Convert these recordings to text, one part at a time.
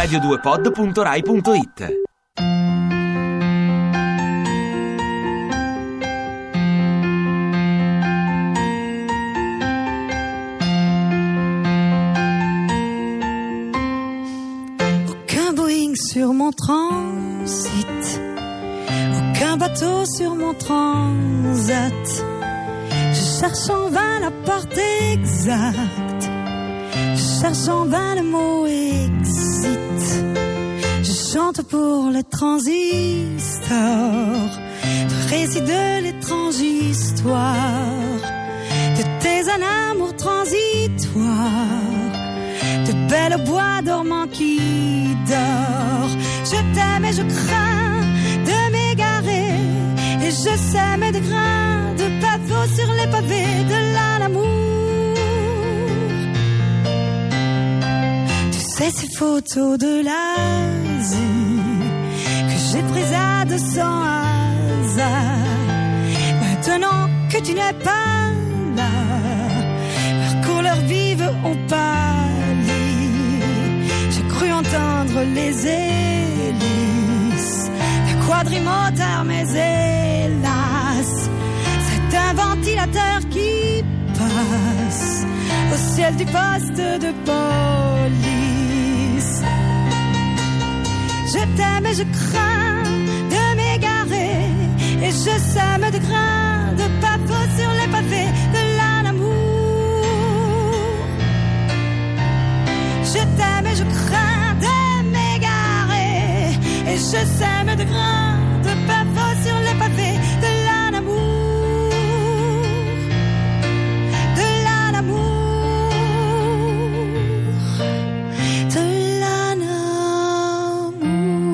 radio2pod.rai.it. Aucun Boeing sur mon transit, aucun bateau sur mon transat. Je cherche en vain la porte exacte, je cherche en vain le mot exit. Je chante pour les transistors, de récits de l'étrange histoire, de tes amours transitoires, de belles bois dormants qui dort. Je t'aime et je crains de m'égarer, et je sème des grains de pavots sur les pavés de l'amour. Tu sais ces photos de l'Asie que j'ai prises à 200 hasards. Maintenant que tu n'es pas là, leurs couleurs vives ont pâli. J'ai cru entendre les hélices d'un quadrimoteur, mais hélas, c'est un ventilateur qui passe au ciel du poste de police. Je t'aime et je crains de m'égarer, et je sème des grains de pavots sur les pavés de l'amour. Je t'aime et je crains de m'égarer, et je sème des grains de pavots sur les pavés de l'amour. De l'amour. De l'amour.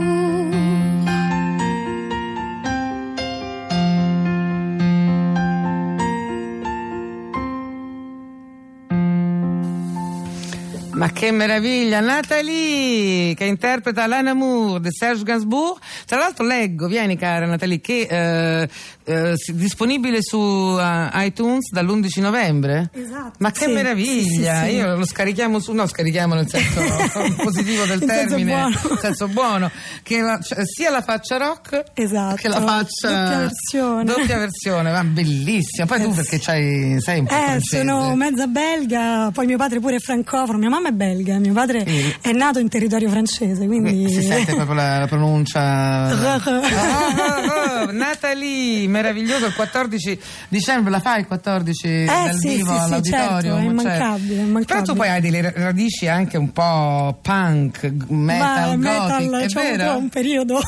Ma che meraviglia, Nathalie che interpreta L'Amour di Serge Gainsbourg. Tra l'altro leggo, vieni cara Nathalie, che disponibile su iTunes dall'11 novembre. Esatto. Ma che meraviglia, sì. Io lo scarichiamo scarichiamo nel senso positivo del termine, nel senso buono, che sia la faccia rock, esatto, che la faccia doppia versione, ma bellissima. Poi tu perché sei un po' francese. Sono mezza belga, poi mio padre pure è francofono, mia mamma è belga, mio padre è nato in territorio francese, quindi si sente proprio la pronuncia. Nathalie, meraviglioso, il 14 dicembre la fai il 14 dal vivo all'auditorio, certo, è immancabile. Però tu poi hai delle radici anche un po' punk, metal, gothic, è vero? Un periodo.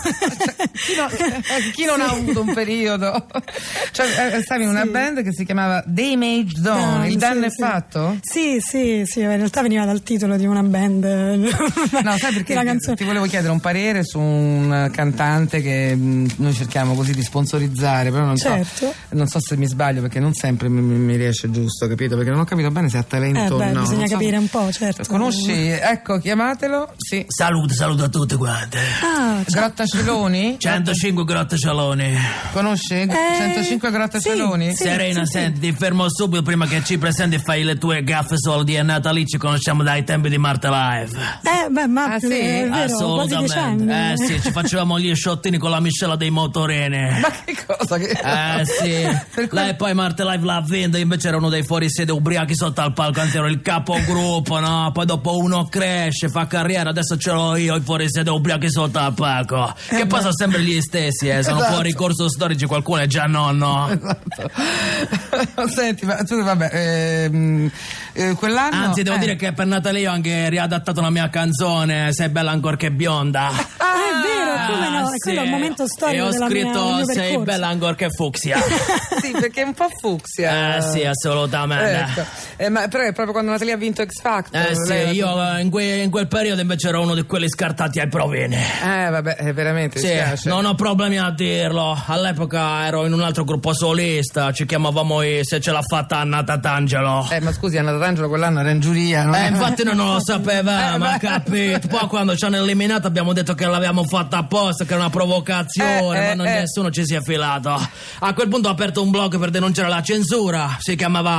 Chi non ha avuto un periodo? Cioè, stavi in una band che si chiamava Damage Zone, il danno è fatto? Sì, in realtà veniva dal titolo di una band. No, sai perché ti volevo chiedere un parere su un cantante che noi cerchiamo così di sponsorizzare, però non so se mi sbaglio, perché non sempre mi riesce giusto, capito? Perché non ho capito bene se ha talento o no. Bisogna capire un po', certo. Conosci? Ecco, chiamatelo. Sì. Saluto a tutti quanti. Grotta Celoni? 105 Grotta Celoni. Conosci? 105 Grotta Celoni? Serena, senti, ti fermo subito prima che ci presenti e fai le tue gaffe soldi e Nathalie ci conosciamo dai tempi di Marte Live. È vero, assolutamente. Quasi 10 anni. Sì, ci facevamo gli sciottini con la miscela dei motorene. Ma che cosa? Sì. Lei poi Marte Live l'ha vinta, invece era uno dei fuorisede ubriachi sotto al palco, anzi ero il capogruppo, no? Poi dopo uno cresce, fa carriera, adesso ce l'ho io, i fuorisede ubriachi sotto al palco. Che poi sono sempre gli stessi, sono fuori corso storici, qualcuno è già nonno. Esatto. Senti, ma tu quell'anno. Anzi, devo dire che per Nathalie ho anche riadattato la mia canzone Sei bella ancor che bionda. È vero, come no? Quello è un momento storico della mia, del mio percorso. Sei bella ancor che fucsia. Sì, perché è un po' fucsia. Sì, assolutamente. Ecco. Ma però è proprio quando Nathalie ha vinto X Factor. Sì, io in quel periodo invece ero uno di quelli scartati ai provini. Vabbè, veramente. Sì, non ho problemi a dirlo. All'epoca ero in un altro gruppo solista, ci chiamavamo Se ce l'ha fatta Anna Tatangelo. Ma scusi, Anna Tatangelo quell'anno era in giuria, no? Infatti noi non lo sapevamo, capito? Poi quando ci hanno eliminato abbiamo detto che l'abbiamo fatta apposta, che era una provocazione, ma nessuno ci si è filato. A quel punto ho aperto un blog per denunciare la censura, si chiamava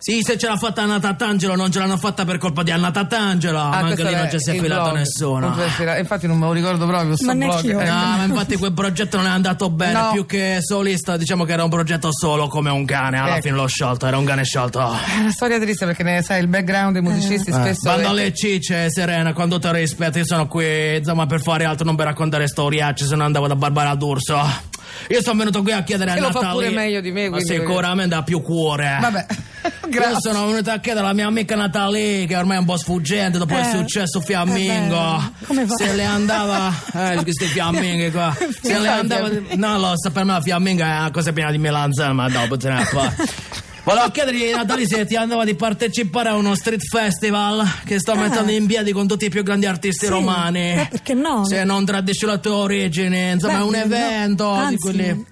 Sì, se ce l'ha fatta Anna Tattangelo, non ce l'hanno fatta per colpa di Anna Tattangelo. Ma anche lì non ci si è filato nessuno. Infatti non me lo ricordo proprio sto blog. No, ma infatti quel progetto non è andato bene. No. Più che solista, diciamo che era un progetto solo come un cane. Alla fine l'ho sciolto, era un cane sciolto. È una storia triste perché sai, il background dei musicisti spesso. Bando alle cicce, Serena, quando te rispetto, io sono qui, insomma, per fare altro, non per raccontare storiacce, se no andavo da Barbara D'Urso. Io sono venuto qui a chiedere a Natalie. Lo fa pure meglio di me, ma sicuramente ha più cuore. Vabbè. Grazie. Io sono venuto a chiedere alla mia amica Natalie, che ormai è un po' sfuggente dopo il successo fiammingo. Come fa? Se le andava questi fiamminghi qua. Se le andava. No, lo so, per me la fiamminga è una cosa piena di melanzane, ma dopo te ne va. Volevo chiedergli, Natalie, se ti andava di partecipare a uno street festival che sto mettendo in piedi con tutti i più grandi artisti romani. Perché no? Se non tradisci la tua origine, insomma, è un evento di quelli.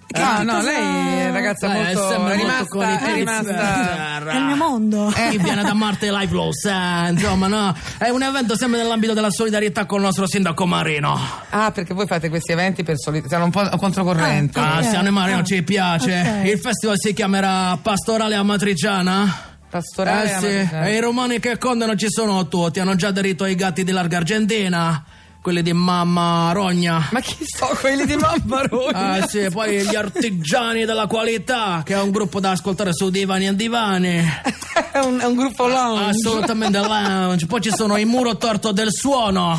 Lei è ragazza molto è rimasta nel mio mondo. Chi viene da Marte Live Low, insomma, no, è un evento sempre nell'ambito della solidarietà con il nostro sindaco Marino. Perché voi fate questi eventi per siamo un po' controcorrente. Siamo in Marino, ci piace. Il festival si chiamerà Pastorale Amatriciana. Pastorale Amatriciana. E i romani che contano ci sono tutti, hanno già aderito ai gatti di Larga Argentina, quelli di Mamma Rogna. Ma chi so, quelli di Mamma Rogna? Sì, poi gli artigiani della qualità, che è un gruppo da ascoltare su divani e divani. È un gruppo lounge. Assolutamente lounge. Poi ci sono i Muro Torto del Suono,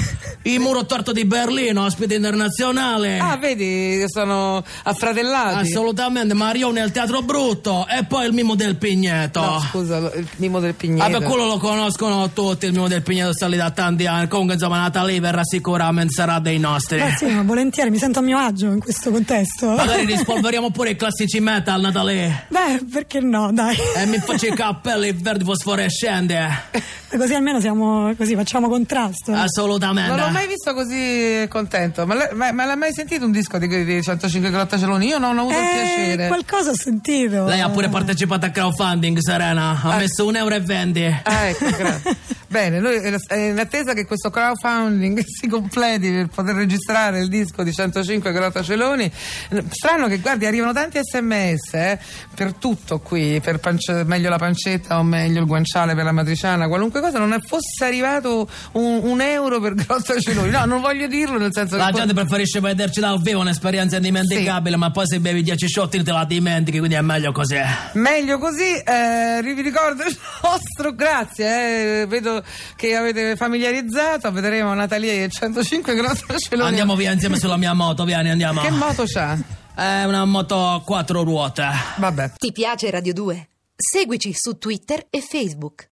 i Muro Torto di Berlino, ospite internazionale. Vedi, sono affratellati. Assolutamente, Marione al Teatro Brutto. E poi il Mimo del Pigneto. No, scusa, il Mimo del Pigneto. Per quello lo conoscono tutti, il Mimo del Pigneto sta lì da tanti anni. Comunque, insomma, Natalie sicuramente sarà dei nostri. Sì, ma volentieri, mi sento a mio agio in questo contesto. Magari rispolveriamo pure i classici metal, Natalie. Perché no, dai. E mi faccio i cappelli verdi fosforescenti. Così almeno siamo così, facciamo contrasto. Assolutamente. Non l'ho mai visto così contento. Ma l'ha mai sentito un disco di 105 Grottacieloni? Io non ho avuto il piacere. Qualcosa ho sentito. Lei ha pure partecipato a crowdfunding, Serena. Ha messo €1,20. Ecco, grazie. Bene, noi in attesa che questo crowdfunding si completi per poter registrare il disco di 105 Grottacieloni. Strano che, guardi, arrivano tanti SMS per tutto qui, per meglio la pancetta o meglio il guanciale per la matriciana, qualunque cosa, non fosse arrivato un euro per Grottacieloni. No, non voglio dirlo, nel senso che la gente preferisce vederci dal vivo, un'esperienza indimenticabile, ma poi se bevi 10 shot te la dimentichi, quindi è meglio così. Meglio così. Vi ricordo il nostro, grazie, vedo che avete familiarizzato. Vedremo Natalie e 105 Grottacieloni. Andiamo via insieme sulla mia moto, vieni, andiamo. Che moto c'ha? È una moto a 4 ruote. Vabbè. Ti piace Radio 2? Seguici su Twitter e Facebook.